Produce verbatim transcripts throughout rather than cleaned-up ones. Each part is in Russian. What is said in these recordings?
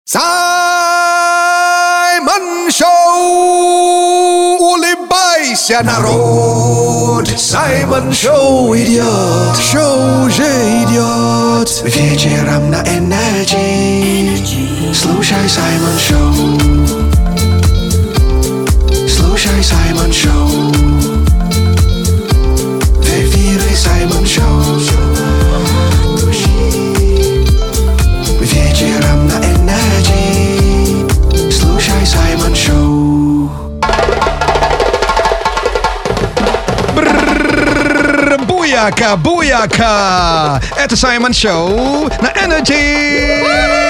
Саймон Шоу! Улыбайся, народ! Саймон Шоу идет! Шоу уже идет! Вечером на Energy. Слушай Саймон Шоу. Слушай Саймон Шоу. В эфире Саймон Шоу. Вечером на Energy. Слушай Саймон Шоу. Буяка, буяка! Это Саймон Шоу на Energy!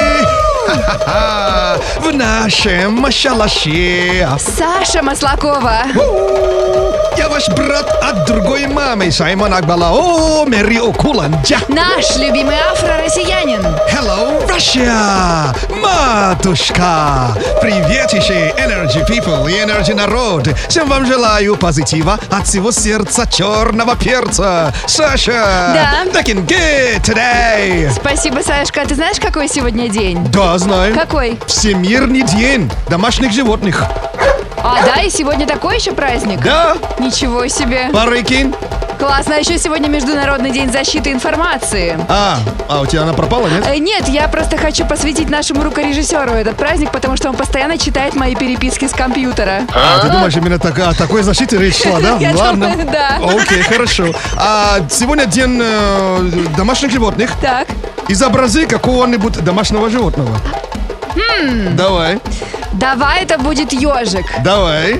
В нашем шалаше. Саша Маслакова. Я ваш брат от другой мамы, Саймон Акбалао, Мэри Окуланджа. Наш любимый афро-россиянин. Hello, Russia! Матушка! Привет еще, Energy People и Energy народ! Всем вам желаю позитива от всего сердца черного перца! Саша! Да? Looking good today! Спасибо, Сашка. Ты знаешь, какой сегодня день? Да, знаю. Какой? Всемирный день домашних животных. А, да, и сегодня такой еще праздник? Да. Ничего себе. Прикинь. Классно. А еще сегодня Международный день защиты информации. А, а у тебя она пропала, нет? Э, Нет, я просто хочу посвятить нашему рукорежиссеру этот праздник, потому что он постоянно читает мои переписки с компьютера. А, ты думаешь, именно так, о такой защите речь шла, да? Я Ладно. думаю, да. Окей, хорошо. А сегодня день э, домашних животных. Так. Изобрази какого-нибудь домашнего животного. Хм. Давай, Давай это будет ежик. давай.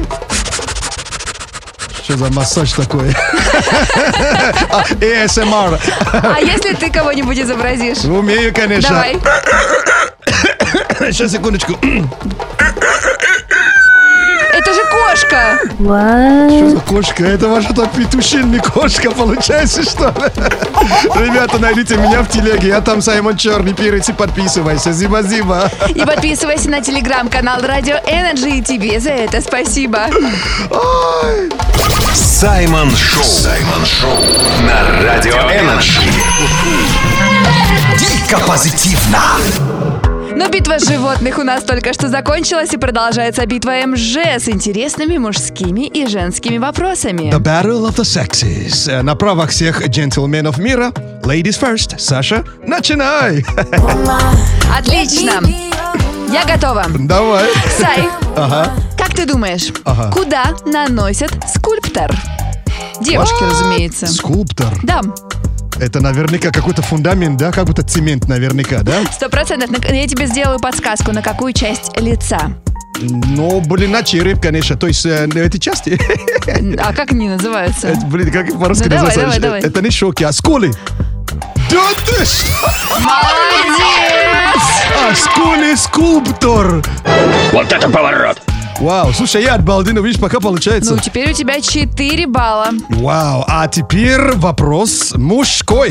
Что за массаж такой? А, эй эс эм ар. А если ты кого-нибудь изобразишь? Умею, конечно. Давай. Сейчас, секундочку. Это же кошка. Что за кошка? Это ваша там петушинная кошка, получается, что ли? Ребята, найдите меня в телеге. Я там Саймон Черный Перец и подписывайся. Зиба-зиба. И подписывайся на телеграм-канал Радио Energy. И тебе за это спасибо. Саймон Шоу. Саймон Шоу на Радио Энерджи. Дико позитивно. Но битва животных у нас только что закончилась, и продолжается битва эм жэ с интересными мужскими и женскими вопросами. The Battle of the Sexes. Э, На правах всех джентльменов мира. Ladies first. Саша, начинай. Отлично. Я готова. Давай. Сай, Ага. как ты думаешь, Ага. куда наносят скульптор? Девушки, разумеется. Скульптор. Да, Это наверняка какой-то фундамент, да? Как будто цемент наверняка, да? сто процентов. На- Я тебе сделаю подсказку, на какую часть лица. Ну, блин, на череп, конечно. То есть, э, эти части. А как они называются? Это, блин, как их по-русски Ну, давай, называется? давай, давай. Это не шоки, а скулы. Да ты что? Молодец! А, скули скульптор. Вот это поворот! Вау, слушай, я от балды, но видишь, пока получается. Ну, теперь у тебя четыре балла. Вау, а теперь вопрос мужской.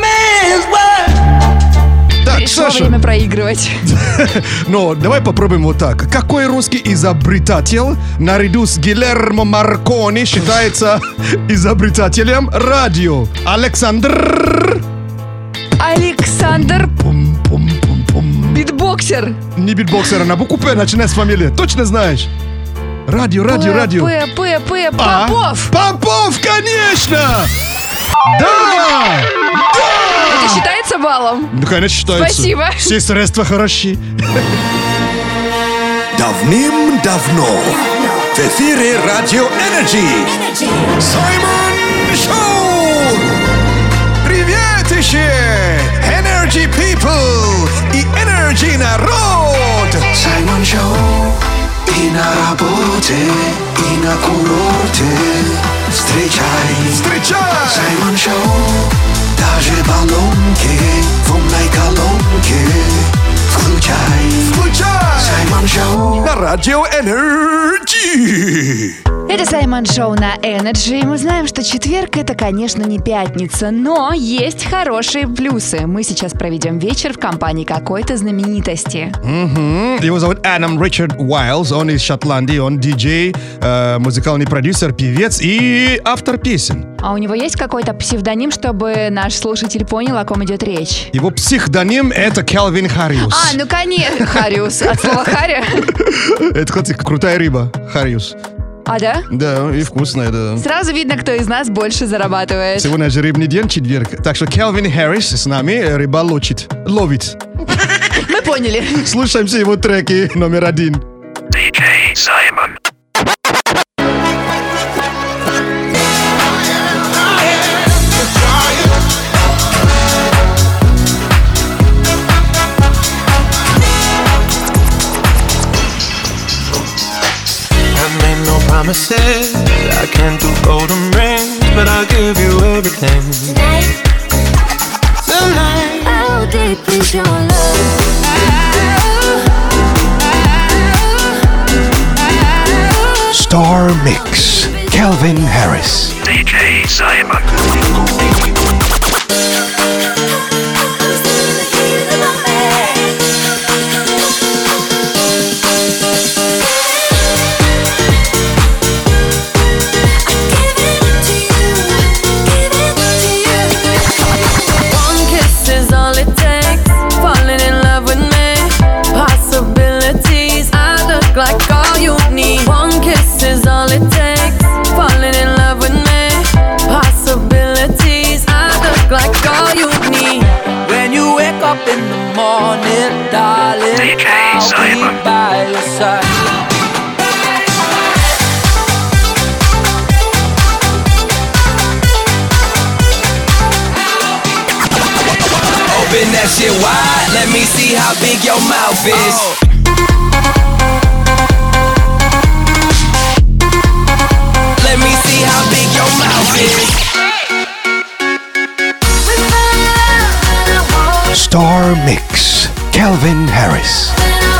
Так, Пришло Саша, время проигрывать. ну, давай попробуем вот так. Какой русский изобретатель наряду с Гильермо Маркони считается изобретателем радио? Александр... Александр Пум-пум-пум-пум. Битбоксер. Не битбоксера, на букву П начинает с фамилии. Точно знаешь? Радио, радио, радио. П, П, П, А? Попов. Попов, конечно! Да! Да! Это считается баллом? Ну, конечно, считается. Спасибо. Все средства хороши. Давным-давно в эфире Радио Energy. Саймон Шоу! Приветище! Energy People и Energy народ! Саймон Шоу и на работе, и на курорте. Встречай, встречай! Саймон Шоу, даже баллонки в умной колонке. Включай, включай! Саймон Шоу на Радио Energy. Это Саймон Шоу на Energy. Мы знаем, что четверг — это, конечно, не пятница, но есть хорошие плюсы. Мы сейчас проведем вечер в компании какой-то знаменитости. Мгм. Его зовут Адам Ричард Уайлз. Он из Шотландии. Он диджей, э, музыкальный продюсер, певец и автор песен. А у него есть какой-то псевдоним, чтобы наш слушатель понял, о ком идет речь? Его псевдоним — это Келвин Хариус. А, ну конечно, Хариус. От слова Харри. Это, кстати, крутая рыба. Хариус. А, да? Да, и вкусная, да. Сразу видно, кто из нас больше зарабатывает. Сегодня же рыбный день, четверг. Так что Келвин Харрис с нами рыболовит. Ловит. Мы поняли. Слушаем все его треки номер один. ди джей Simon. Promises, I can't do golden rings, but I'll give you everything. Tonight, Tonight, how deep is your love? Star Mix. Calvin Harris. ди джей Simon. in the morning, darling, ди джей I'll Simon. be by your side. Open that shit wide, let me see how big your mouth is. Oh. Let me see how big your mouth is. Star Mix. Calvin Harris.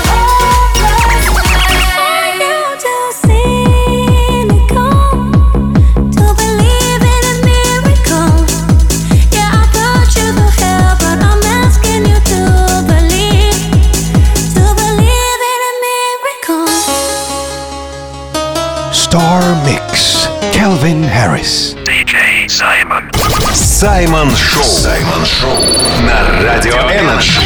Star Mix. Calvin Harris. ди джей Simon. Саймон Шоу. Саймон Шоу на Радио Энерджи.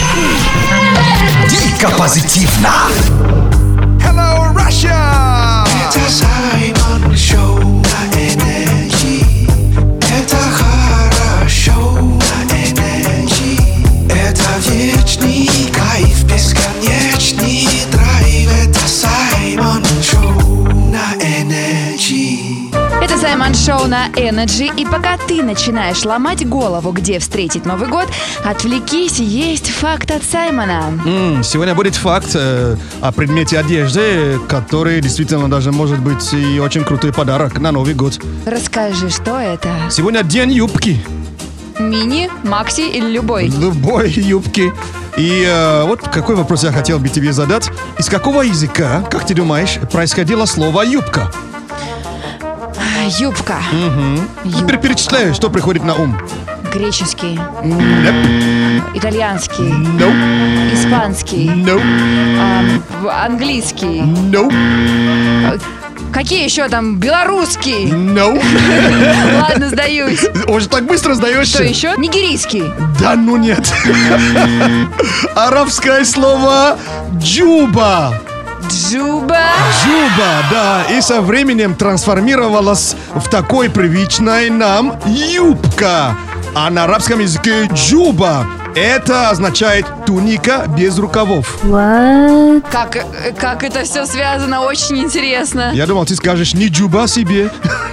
Дико позитивно. Hello, Russia! Это Саймон Шоу на Энерджи. Это хорошо на Энерджи. Это вечный кайф, бесконечный драйв. Это Саймон Шоу на Энерджи. Это Саймон Шоу на Energy. И пока ты начинаешь ломать голову, где встретить Новый год, отвлекись, есть факт от Саймона. М, Сегодня будет факт э, о предмете одежды, который действительно даже может быть и очень крутой подарок на Новый год. Расскажи, что это? Сегодня день юбки. Мини, макси или любой? Любой юбки. И э, вот какой вопрос я хотел бы тебе задать. Из какого языка, как ты думаешь, происходило слово «юбка»? Юбка. Теперь перечисляю, что приходит на ум. Греческий, Nope. итальянский, Nope. испанский, Nope. ам, английский. Nope. Какие еще там? Белорусский. Nope. Ладно, сдаюсь. Уже так быстро сдаешься? Что еще? Нигерийский. Да ну нет. Арабское слово «джуба». Джуба. Джуба, да, и со временем трансформировалась в такой привычной нам юбка. А на арабском языке джуба это означает туника без рукавов. Как, как это все связано, очень интересно. Я думал, ты скажешь не джуба себе.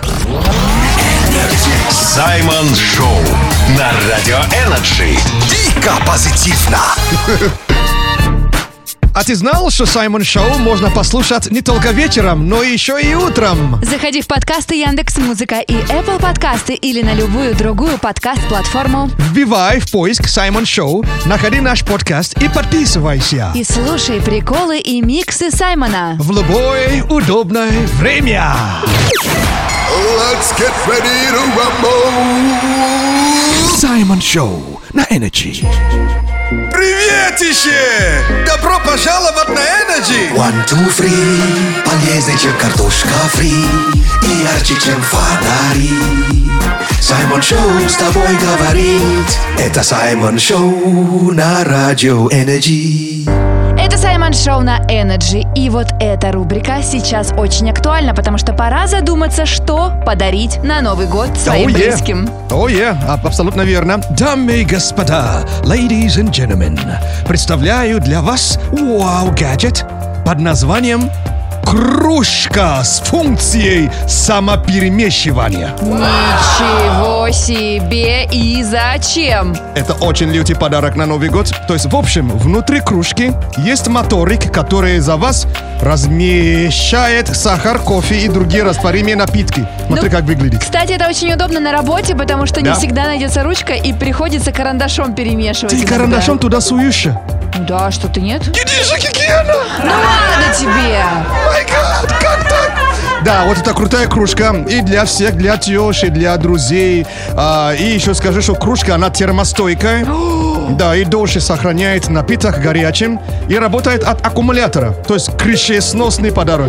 Саймон Шоу на Радио Энерджи. Дико позитивно. А ты знал, что Саймон Шоу можно послушать не только вечером, но еще и утром? Заходи в подкасты Яндекс.Музыка и Apple подкасты или на любую другую подкаст-платформу. Вбивай в поиск Саймон Шоу, находи наш подкаст и подписывайся. И слушай приколы и миксы Саймона. В любое удобное время. Let's get ready to rumble. Саймон Шоу на Energy. Приветище! Добро пожаловать на Energy! One, two, three. Полезнее, чем картошка фри. И ярче, чем фонари. Саймон Шоу с тобой говорит. Это Саймон Шоу на радио Energy. Это Саймон Шоу на Energy. И вот эта рубрика сейчас очень актуальна, потому что пора задуматься, что подарить на Новый год своим Oh, yeah. близким. О, yeah. Абсолютно верно. Дамы и господа, ladies and gentlemen, представляю для вас вау-гаджет под названием кружка с функцией самоперемещивания. Ничего себе! И зачем? Это очень лютый подарок на Новый год. То есть, в общем, внутри кружки есть моторик, который за вас размещает сахар, кофе и другие растворимые напитки. Смотри, Ну, как выглядит. Кстати, это очень удобно на работе, потому что не Да. всегда найдется ручка и приходится карандашом перемешивать. Ты иногда. карандашом туда суешь. Да, что ты нет? Иди же, Кикиана! Ну ладно тебе! Май гад, как так? Да, вот это крутая кружка и для всех, для тещи, для друзей. А, и еще скажу, что кружка, она термостойкая. Да, и дольше сохраняет напиток горячим и работает от аккумулятора. То есть крышесносный подарок.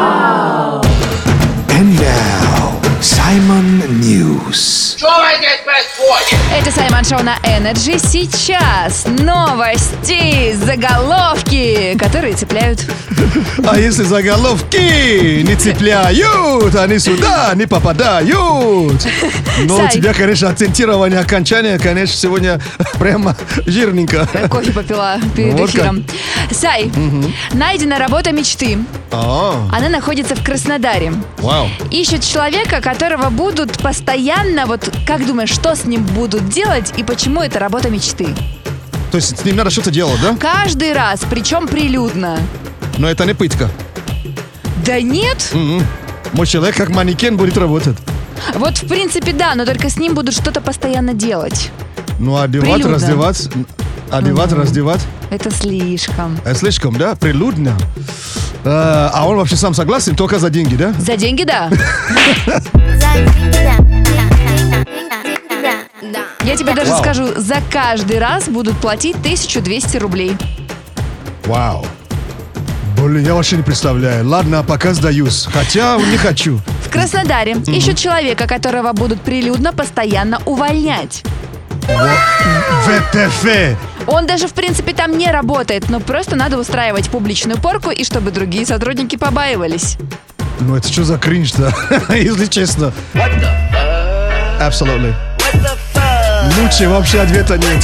And now, Simon News. Это Саймон Шоу на Energy. Сейчас новости, заголовки, которые цепляют. А если заголовки не цепляют, они сюда не попадают. Но у Сай. тебя, конечно, акцентирование окончания, конечно, сегодня прямо жирненько. Кофе попила перед Вот эфиром. Сай, найдена работа мечты. А, Она находится в Краснодаре. вау. Ищут человека, которого будут постоянно, вот как думаешь, что с ним будут делать и почему это работа мечты? То есть с ним надо что-то делать, да? Каждый раз, причем прилюдно. Но это не пытка. Да нет. М-м. Мой человек как манекен будет работать. Вот в принципе да, но только с ним будут что-то постоянно делать. Ну, одевать, Прилюдно. раздевать, одевать, раздевать. Это слишком. Это слишком, да? Прилюдно. А, а он вообще сам согласен только за деньги, да? За деньги, да. Я тебе даже Вау. скажу, за каждый раз будут платить тысячу двести рублей. Вау. Блин, я вообще не представляю. Ладно, пока сдаюсь. Хотя не хочу. В Краснодаре ищут человека, которого будут прилюдно постоянно увольнять. ВТФ. Он даже, в принципе, там не работает, но просто надо устраивать публичную порку, и чтобы другие сотрудники побаивались. Ну это что за кринж-то? Если честно. Абсолютно. Лучше вообще ответа нет.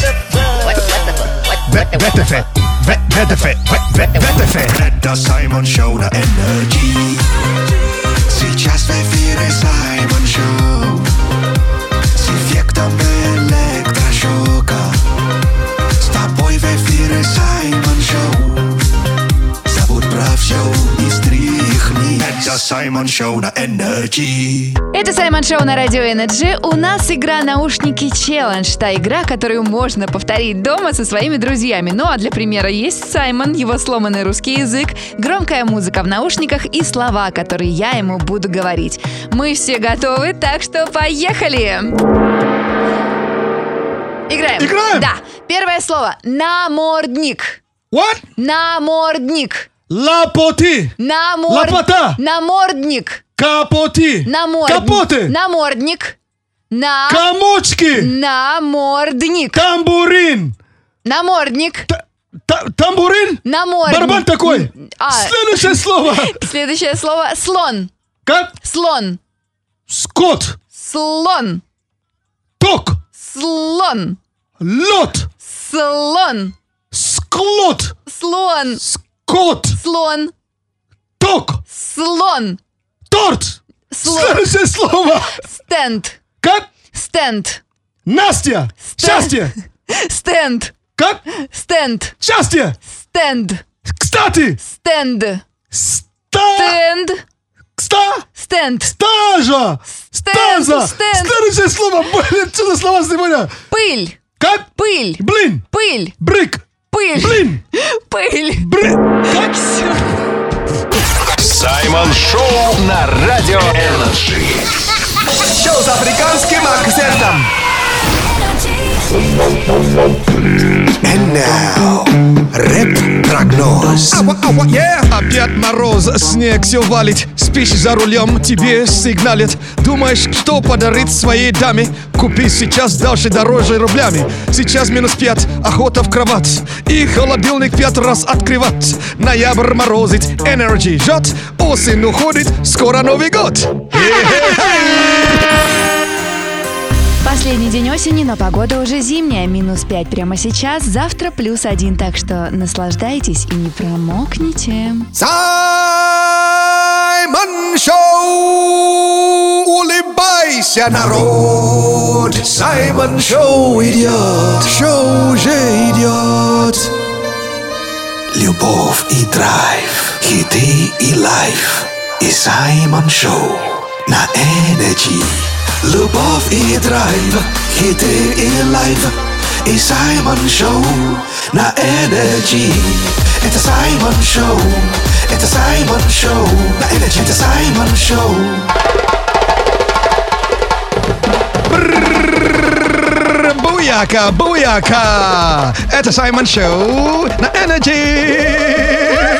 ВТФ. ВТФ. ВТФ. Это Саймон Шоу на Energy. Сейчас в эфире Саймон Шоу. С эффектом электрошока. С тобой в эфире Саймон Шоу. Забудь про все и стряхни. Это Саймон Шоу на Energy. Это Саймон Шоу на радио Energy. У нас игра «Наушники Челлендж». Та игра, которую можно повторить дома со своими друзьями. Ну а для примера есть Саймон, его сломанный русский язык, громкая музыка в наушниках и слова, которые я ему буду говорить. Мы все готовы, так что поехали! Играем. Играем? Да. Первое слово. Намордник. What? Намордник. Лапоти. Намор... Лопата. Намордник. Капоти. Намордник. Капоты. Намордник. На... Комочки. Намордник. Тамбурин. Намордник. Та- та- Тамбурин. Намордник. Барабан такой. А, Следующее слово. следующее слово. Слон. Как? Слон. Скот. Слон. Ток. Слон. Лед. Слон. Склот. Слон. Скот. Слон. Ток. Слон. Торт. Слон. Следующее слово. Стенд. Как? Стенд. Настя. Счастье. Стенд. Как? Стенд. Счастье. Стенд. Стенд. Кстати! Стенд. Ста... Стенд. Ста... Стенд. Стажа! Стенд, Стаза! стенд. Следующее слово! Блин, что за слова сегодня? Пыль. Как? Пыль. Блин! Пыль. Брик! Пыль. Блин! Пыль. Блин! Как? Саймон Шоу на Радио Энерджи. Шоу с африканским акцентом. And now, рэп-прогноз. Опять мороз, снег все валит. Спишь за рулем, тебе сигналит. Думаешь, что подарить своей даме? Купи сейчас, дальше дороже рублями. Сейчас минус пять, охота в кровать. И холодильник пять раз открывать. Ноябрь морозит, Energy жжет. Осень уходит, скоро Новый год. Последний день осени, но погода уже зимняя. Минус пять прямо сейчас, завтра плюс один. Так что наслаждайтесь и не промокните. Саймон Шоу! Улыбайся, народ! Саймон Шоу идет! Шоу уже идет! Любовь и драйв, хиты и лайф. И Саймон Шоу на Energy. Любовь и драйв, хиты и лайф. И Саймон Шоу на Energy. Это Саймон Шоу. Это Саймон Шоу на Energy. Это Саймон Шоу. Буяка, буяка! Это Саймон Шоу на Energy!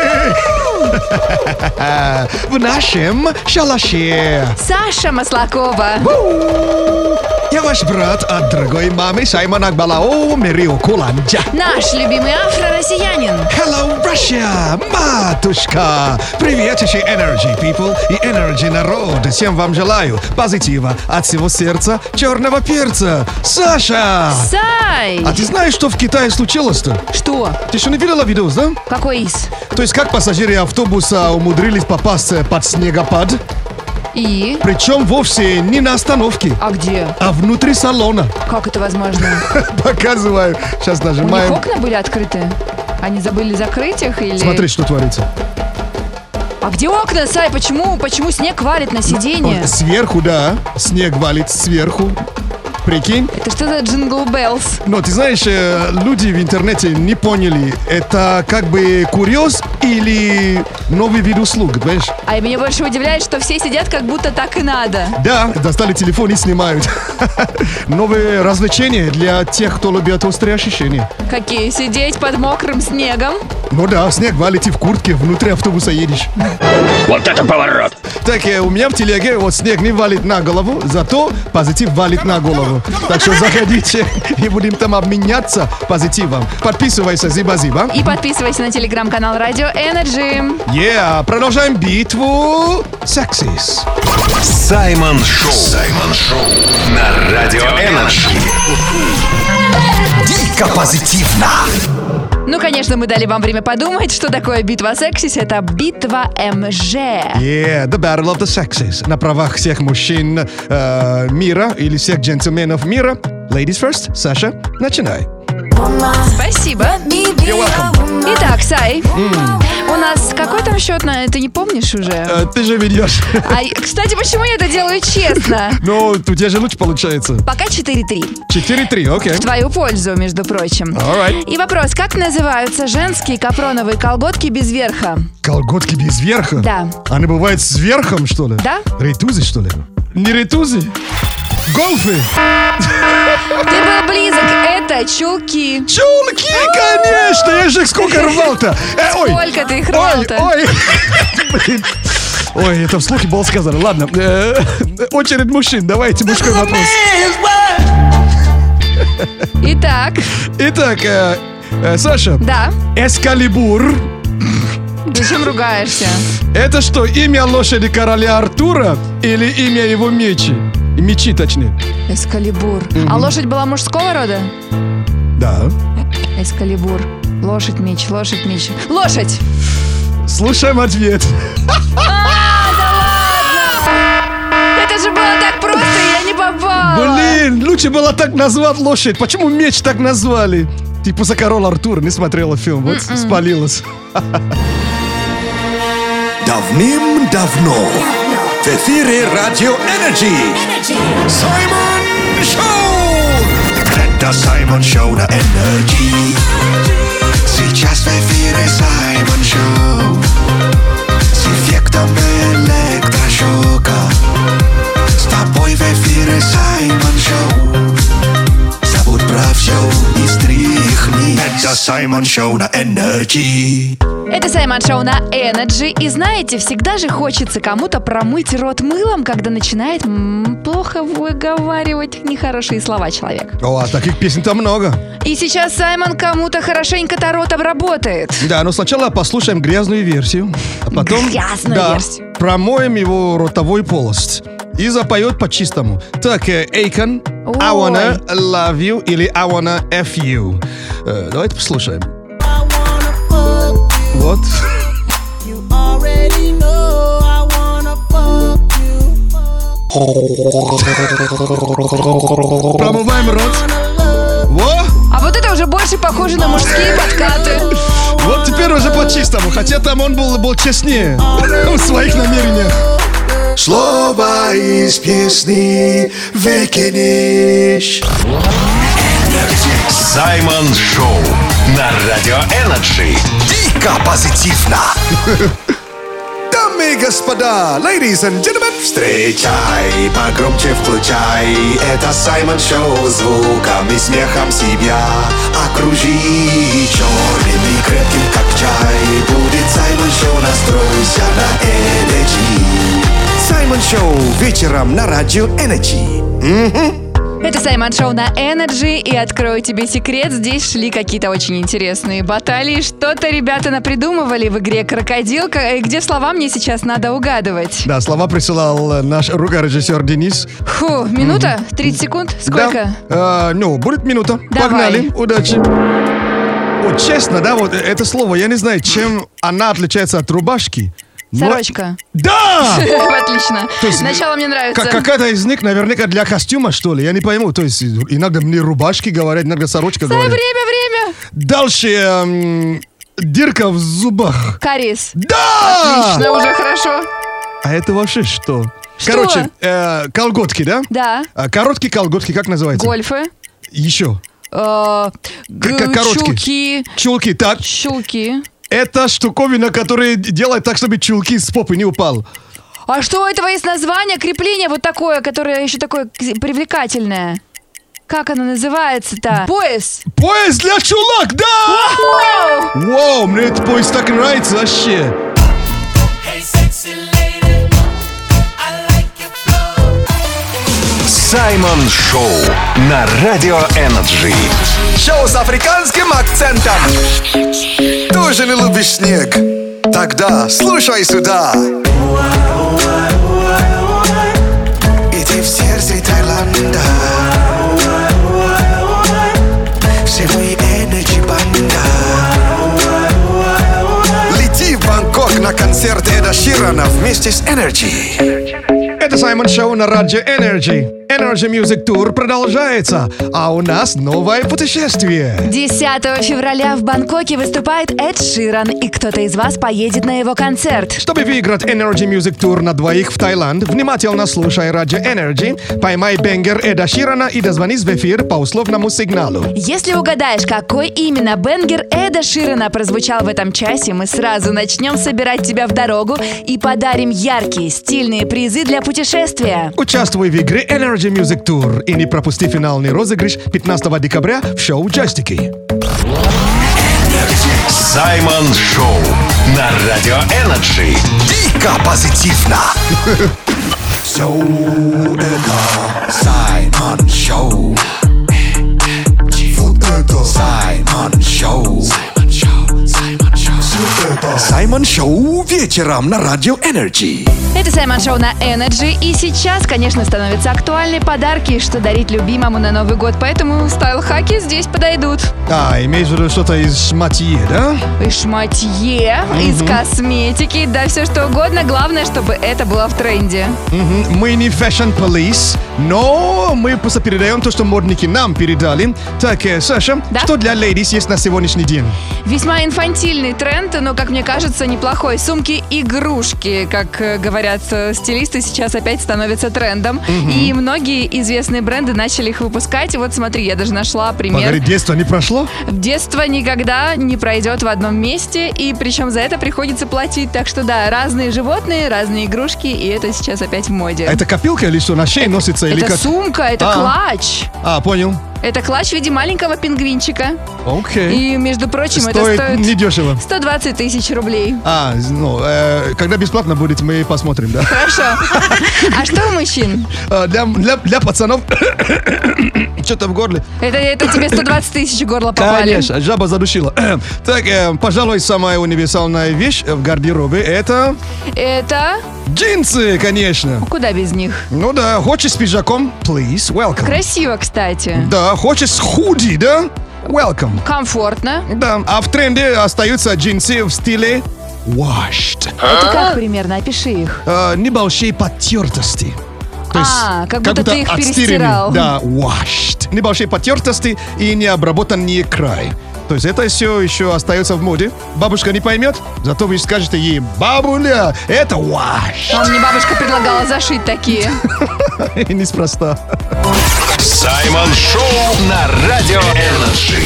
В нашем шалаше. Саша Маслакова. Я ваш брат от дорогой мамы Саймона Акбалао Мерио Куланджа. Наш любимый афро-россиянин. Hello, Russia, матушка! Привет, еще Energy People и Energy народ. Всем вам желаю позитива от всего сердца черного перца. Саша! Сай! А ты знаешь, что в Китае случилось-то? Что? Ты еще не видела видос, да? Какой из? То есть как пассажиры автобуса умудрились попасть под снегопад? И? Причем вовсе не на остановке, А где? а внутри салона. Как это возможно? Показываю. Сейчас У них нажимаем. окна были открыты? Они забыли закрыть их или... Смотри, что творится. А где окна, Сай? Почему? Почему снег валит на сиденье? Вот сверху, да. Снег валит сверху. Прикинь? Это что за джингл беллс? Но ты знаешь, э, люди в интернете не поняли, это как бы курьез или новый вид услуг, понимаешь? А меня больше удивляет, что все сидят, как будто так и надо. Да, достали телефон и снимают. Новые развлечения для тех, кто любит острые ощущения. Какие? Сидеть под мокрым снегом? Ну да, снег валит и в куртке, внутри автобуса едешь. Вот это поворот! Так, э, у меня в телеге вот снег не валит на голову, зато позитив валит на голову. Так что заходите и будем там обменяться позитивом. Подписывайся, зиба-зиба. И подписывайся на телеграм-канал Радио Energy. Yeah, продолжаем битву сексис. Саймон Шоу. Саймон Шоу на Радио Энерджи. Дико позитивно. Ну, конечно, мы дали вам время подумать, что такое битва сексис. Это битва эм жэ. Yeah, the battle of the sexes. На правах всех мужчин э, мира или всех джентльменов мира. Ladies first. Саша, начинай. Спасибо. Итак, Сай, у нас какой там счет на... Ты не помнишь уже? Э, ты же ведешь. А, кстати, почему я это делаю честно? Ну, у тебя же лучше получается. Пока четыре-три. четыре-три, окей. В твою пользу, между прочим. Alright. И вопрос, как называются женские капроновые колготки без верха? Колготки без верха? Да. Они бывают с верхом, что ли? Да. Рейтузы, что ли? Не рейтузы? Голфы! Ты был близок, это чулки. Чулки, конечно! Я же их сколько рвал-то! Э, ой! Сколько ты их Ой, рвал-то? ой! Блин. Ой, это вслух было сказано. Ладно, э, очередь мужчин. Давайте мужской вопрос. Итак, Итак, э, э, Саша. да. Эскалибур. Зачем ругаешься? Это что, имя лошади короля Артура или имя его мечи? Мечи, точнее. Эскалибур. А лошадь была мужского рода? Да. Эскалибур. Лошадь, меч, лошадь, меч. Лошадь! Слушаем ответ. А, да ладно! Это же было так просто, и я не попала. Блин, лучше было так назвать лошадь. Почему меч так назвали? Типа за король Артур не смотрела фильм, вот Mm-mm. спалилась. Давным-давно в эфире Радио Энерджи Саймон Шоу! Это Саймон Шоу на Энерджи. Сейчас в эфире Саймон Шоу с эффектом электрошока. С тобой в эфире Саймон Шоу. Забудь про все и стряхни. Это Саймон Шоу на Энерджи. Это Саймон Шоу на Energy. И знаете, всегда же хочется кому-то промыть рот мылом, когда начинает м, плохо выговаривать нехорошие слова человек. О, а таких песен там много. И сейчас Саймон кому-то хорошенько-то рот обработает. Да, но сначала послушаем грязную версию, а потом Грязную да, версию. промоем его ротовой полость. И запоет по-чистому. Так, Эйкон, I wanna love you или I wanna F you. Э, давайте послушаем. Вот. Промываем рот. Во! А вот это уже больше похоже на мужские подкаты. Вот теперь уже по-чистому. Хотя там он был, был честнее в своих намерениях. Слово из песни выкинешь. Саймон Шоу на Радио Энерджи. Дико позитивно. Дамы и господа, ladies and gentlemen, встречай, погромче включай. Это Саймон Шоу, звуком и смехом себя окружи. Черным и крепким, как чай, будет Саймон Шоу, настройся на Энерджи. Саймон Шоу вечером на Радио Энерджи. Угу. Это Саймон Шоу на Energy, и открою тебе секрет, здесь шли какие-то очень интересные баталии. Что-то ребята напридумывали в игре «Крокодилка», и где слова мне сейчас надо угадывать. Да, слова присылал наш рукорежиссер Денис. Фу, минута? тридцать секунд? Сколько? Да. А, ну, будет минута. Давай. Погнали, удачи. Вот честно, да, вот это слово, я не знаю, чем она отличается от рубашки. но- Сорочка. Да! Отлично. То есть, Сначала мне нравится. Как, какая-то из них наверняка для костюма, что ли, я не пойму. То есть иногда мне рубашки говорят, иногда сорочка Дай говорят. время, время. Дальше эм, дырка в зубах. Карис. Да! Отлично, уже хорошо. А это вообще что? Что? Короче, э, колготки, да? Да. А, короткие колготки, как называется? Гольфы. Еще. Э, г- К- короткие. Чулки. Чулки, так. Чулки. Это штуковина, которая делает так, чтобы чулки с попы не упал. А что у этого есть название? Крепление вот такое, которое еще такое к- привлекательное. Как оно называется-то? Пояс. Пояс для чулок, да! Вау! Вау, мне этот пояс так нравится вообще. Саймон Шоу на Радио Энерджи. Шоу с африканским акцентом. Тоже не любишь снег? Тогда слушай сюда. Иди в сердце Таиланда. Все мы Energy банда. Лети в Бангкок на концерт Эда Ширана вместе с Energy. Это Саймон Шоу на Радио Энерджи. Energy Music Tour продолжается, а у нас новое путешествие. десятого февраля в Бангкоке выступает Эд Ширан, и кто-то из вас поедет на его концерт. Чтобы выиграть Energy Music Tour на двоих в Таиланд, внимательно слушай Радио Энерджи, поймай бенгер Эда Ширана и дозвонись в эфир по условному сигналу. Если угадаешь, какой именно бенгер Эда Ширана прозвучал в этом часе, мы сразу начнем собирать тебя в дорогу и подарим яркие, стильные призы для путешествия. Участвуй в игре Energy Music Tour и не пропусти финальный розыгрыш пятнадцатого декабря в шоу «Джастики». Саймон Шоу на Радио Энерджи. Дико позитивно. Шоу это Саймон Шоу. Вот это Саймон Шоу. Саймон Шоу. Саймон Шоу вечером на Радио Энерджи. Это Саймон Шоу на Energy. И сейчас, конечно, становятся актуальны подарки, что дарить любимому на Новый год. Поэтому стайл-хаки здесь подойдут. А, имеешь в виду что-то из шматье, да? Из шматье, из косметики, да все что угодно. Главное, чтобы это было в тренде. Мгм. Мы не fashion police, но мы просто передаем то, что модники нам передали. Так, э, Саша, Да? что для ladies есть на сегодняшний день? Весьма инфантильный тренд, но, как мне кажется, неплохой. Сумки-игрушки, как э, говорят э, стилисты, сейчас опять становятся трендом. И многие известные бренды начали их выпускать. Вот смотри, я даже нашла пример. Погоди, детство не прошло? Детство никогда не пройдет в одном месте, и причем за это приходится платить. Так что да, разные животные, разные игрушки, и это сейчас опять в моде. А это копилка или что, на шее носится? Или Это как? сумка, это А. клатч. А, понял. Это клатч в виде маленького пингвинчика. Окей. И, между прочим, Стоит это стоит недешево. сто двадцать тысяч рублей. А, ну, э, когда бесплатно будет, мы посмотрим, да? Хорошо. А что у мужчин? А, Для, для, для пацанов что-то в горле. Это, это тебе сто двадцать тысяч в горло попали. Конечно, жаба задушила. Так, э, пожалуй, самая универсальная вещь в гардеробе — это Это... джинсы, конечно. Куда без них? Ну да, хочешь с пиджаком? Please, welcome. Красиво, кстати. Да, хочешь с худи, да? Welcome. Комфортно. Да, а в тренде остаются джинсы в стиле washed. Это как примерно? Опиши их. Э, небольшие потертости. То А, как будто ты их отстиранные. перестирал. Да, washed. Небольшие потертости и необработанный край. То есть это все еще остается в моде. Бабушка не поймет, зато вы скажете ей: бабуля, это washed. А мне бабушка предлагала зашить такие. И неспроста. Саймон Шоу на Радио Энерджи.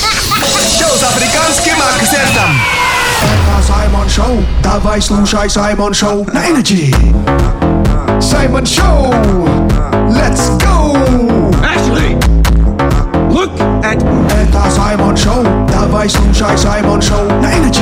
Шоу с африканским акцентом. Это Саймон Шоу. Давай слушай Саймон Шоу на Энерджи. Саймон Шоу. Let's go. Ashley, look at Это Саймон Шоу. Давай слушай Саймон Шоу на Энерджи.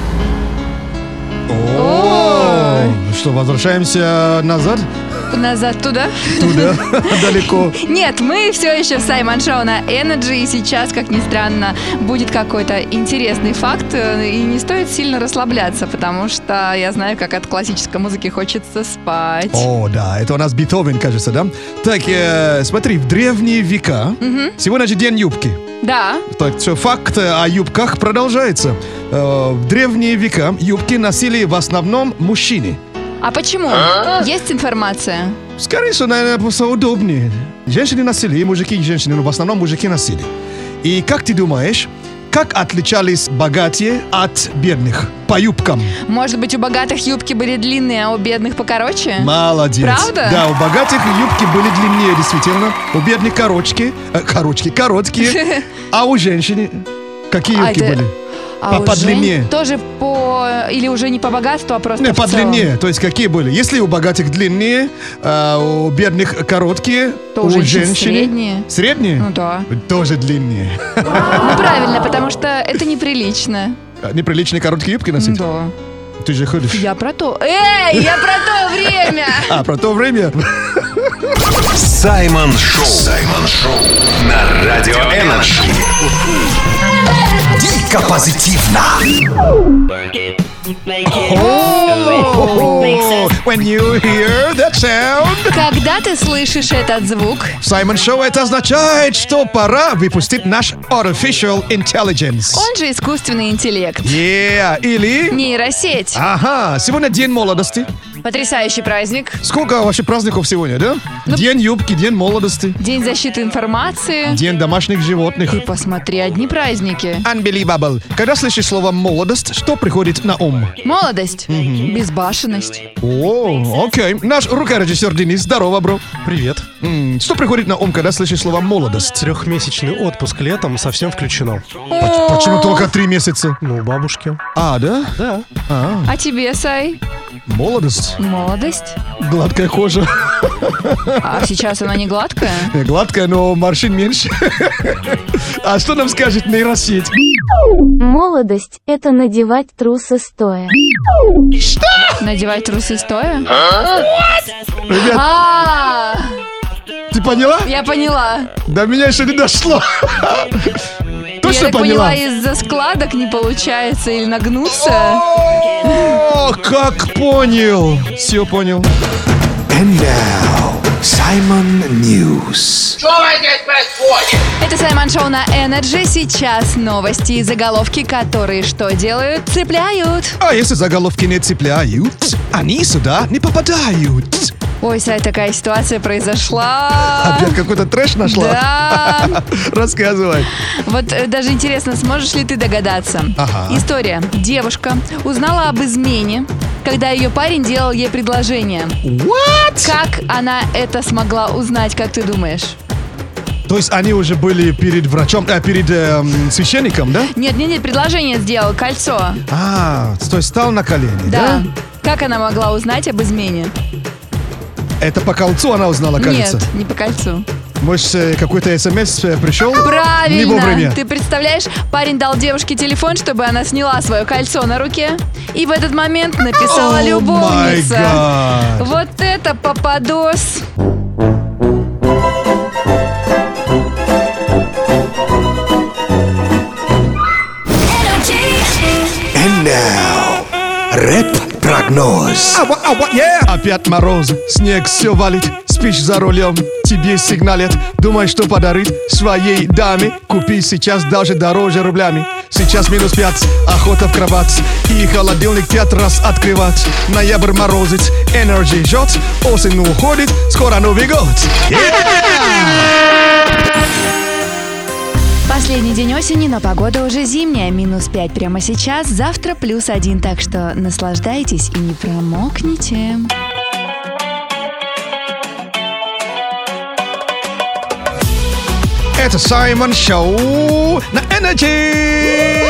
О, что, возвращаемся назад? Назад туда. Туда, далеко. Нет, мы все еще в Саймон Шоу на Energy, и сейчас, как ни странно, будет какой-то интересный факт, и не стоит сильно расслабляться, потому что я знаю, как от классической музыки хочется спать. О, да, это у нас Бетховен, кажется, да? Так, э, смотри, в древние века, сегодня же день юбки. Да, Так что факт о юбках продолжается. Э, в древние века юбки носили в основном мужчины. а почему? Есть информация? Скорее всего, наверное, просто удобнее. Женщины носили, и мужики, и женщины, но в основном мужики носили. И как ты думаешь, как отличались богатые от бедных по юбкам? Может быть, у богатых юбки были длинные, а у бедных покороче? Молодец. Правда? Да, у богатых юбки были длиннее, действительно. У бедных корочки, э, корочки, короткие. А у женщин какие А юбки это- были? А по- у подлиннее. жен тоже по... Или уже не по богатству, а просто Не, в целом? подлиннее. То есть какие были? Если у богатых длиннее, а у бедных короткие, То у у женщин женщин средние. Средние? Ну да. Тоже длиннее. Ну правильно, потому что это неприлично. Неприличные короткие юбки носить? Да. Ты же ходишь. Я про то. Эй, я про то время! А, про то время? Саймон Шоу. Саймон Шоу на Радио Энерджи. Дико позитивно. Oh, when you hear that sound. Когда ты слышишь этот звук, Саймон Шоу, это означает, что пора выпустить наш Artificial Intelligence. он же искусственный интеллект. Yeah, или... Нейросеть. Ага, сегодня день молодости. Потрясающий праздник. Сколько вообще праздников сегодня, да? Ну- День юбки, день молодости, День защиты информации. день домашних животных. Ты посмотри, одни праздники. Unbelievable. Когда слышишь слово молодость, что приходит на ум? Молодость. Безбашенность. О, окей. Наш рукорежиссер Денис. Здорово, бро. Привет. М, Что приходит на ум, когда слышишь слово молодость? Трехмесячный отпуск летом совсем включено. Почему только три месяца? Ну, у бабушки. А, да? Да. А тебе, Сай? Молодость. Молодость? Гладкая кожа. А сейчас она не гладкая? Не гладкая, но морщин меньше. А что нам скажет нейросеть? Молодость – это надевать трусы стоя. Надевать трусы стоя? Ребят, А, ты поняла? я поняла. До меня еще не дошло. То, я что так поняла? поняла, из-за складок не получается или нагнуться. О, как понял. Все понял. And now, Simon News. Это Саймон Шоу на Energy. Сейчас новости и заголовки, которые что делают? Цепляют. А если заголовки не цепляют, они сюда не попадают. Ой, Сай, такая ситуация произошла. Опять какой-то трэш нашла? Да. Рассказывай. Вот э, даже интересно, сможешь ли ты догадаться? Ага. История. Девушка узнала об измене, когда ее парень делал ей предложение. What? Как она это смогла узнать, как ты думаешь? То есть они уже были перед врачом, э, перед эм, священником, да? Нет, нет, нет, предложение сделал, кольцо. А, то есть стал на колени, да? Да. Как она могла узнать об измене? Это по кольцу она узнала, кажется? Нет, не по кольцу. Может, э, какой-то смс пришел? Не Правильно! вовремя. Ты представляешь, парень дал девушке телефон, чтобы она сняла свое кольцо на руке. И в этот момент написала О, любовница. май гад. Вот это попадос! And now, рэп-прогноз. Опять мороз, снег все валит, спишь за рулем, тебе сигналят. Думаешь, что подарить своей даме? Купи сейчас даже дороже рублями. Сейчас минус пять, охота в кровать, и холодильник пять раз открывать. Ноябрь морозит, Energy жжет, осень уходит, скоро Новый год. Последний день осени, но погода уже зимняя. Минус пять прямо сейчас, завтра плюс один. Так что наслаждайтесь и не промокните. Это Саймон Шоу на Energy.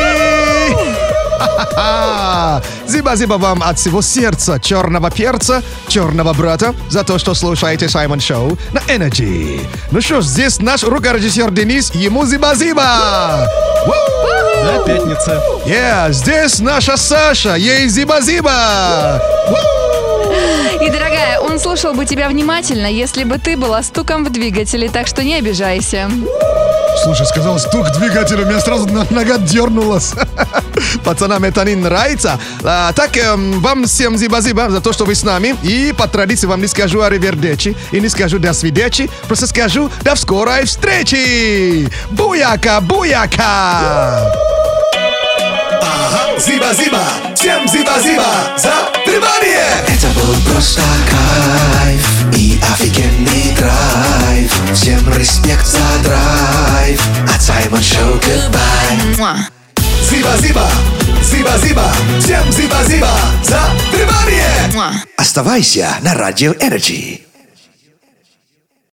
Ха-ха-ха. Зиба-зиба вам от всего сердца черного перца, черного брата, за то, что слушаете Саймон Шоу на Energy. Ну что ж, здесь наш рукорежиссер Денис, ему зиба-зиба. Да, пятница. Yeah, здесь наша Саша, ей зиба-зиба. И, дорогая, он слушал бы тебя внимательно, если бы ты была стуком в двигателе, так что не обижайся. Слушай, сказал стук двигателя, у меня сразу нога дернулась. Пацанам это не нравится. А, так, эм, вам всем зиба-зиба за то, что вы с нами. И по традиции вам не скажу аривердечи и не скажу до свидечи. Просто скажу до скорой встречи. Буяка, буяка. Ага, зиба-зиба, всем зиба-зиба за внимание! Это был просто кайф и офигенный драйв. Всем респект за драйв. От Саймон Шоу goodbye. Зиба-зиба, зиба-зиба, всем зиба-зиба за внимание! Оставайся на Радио Energy.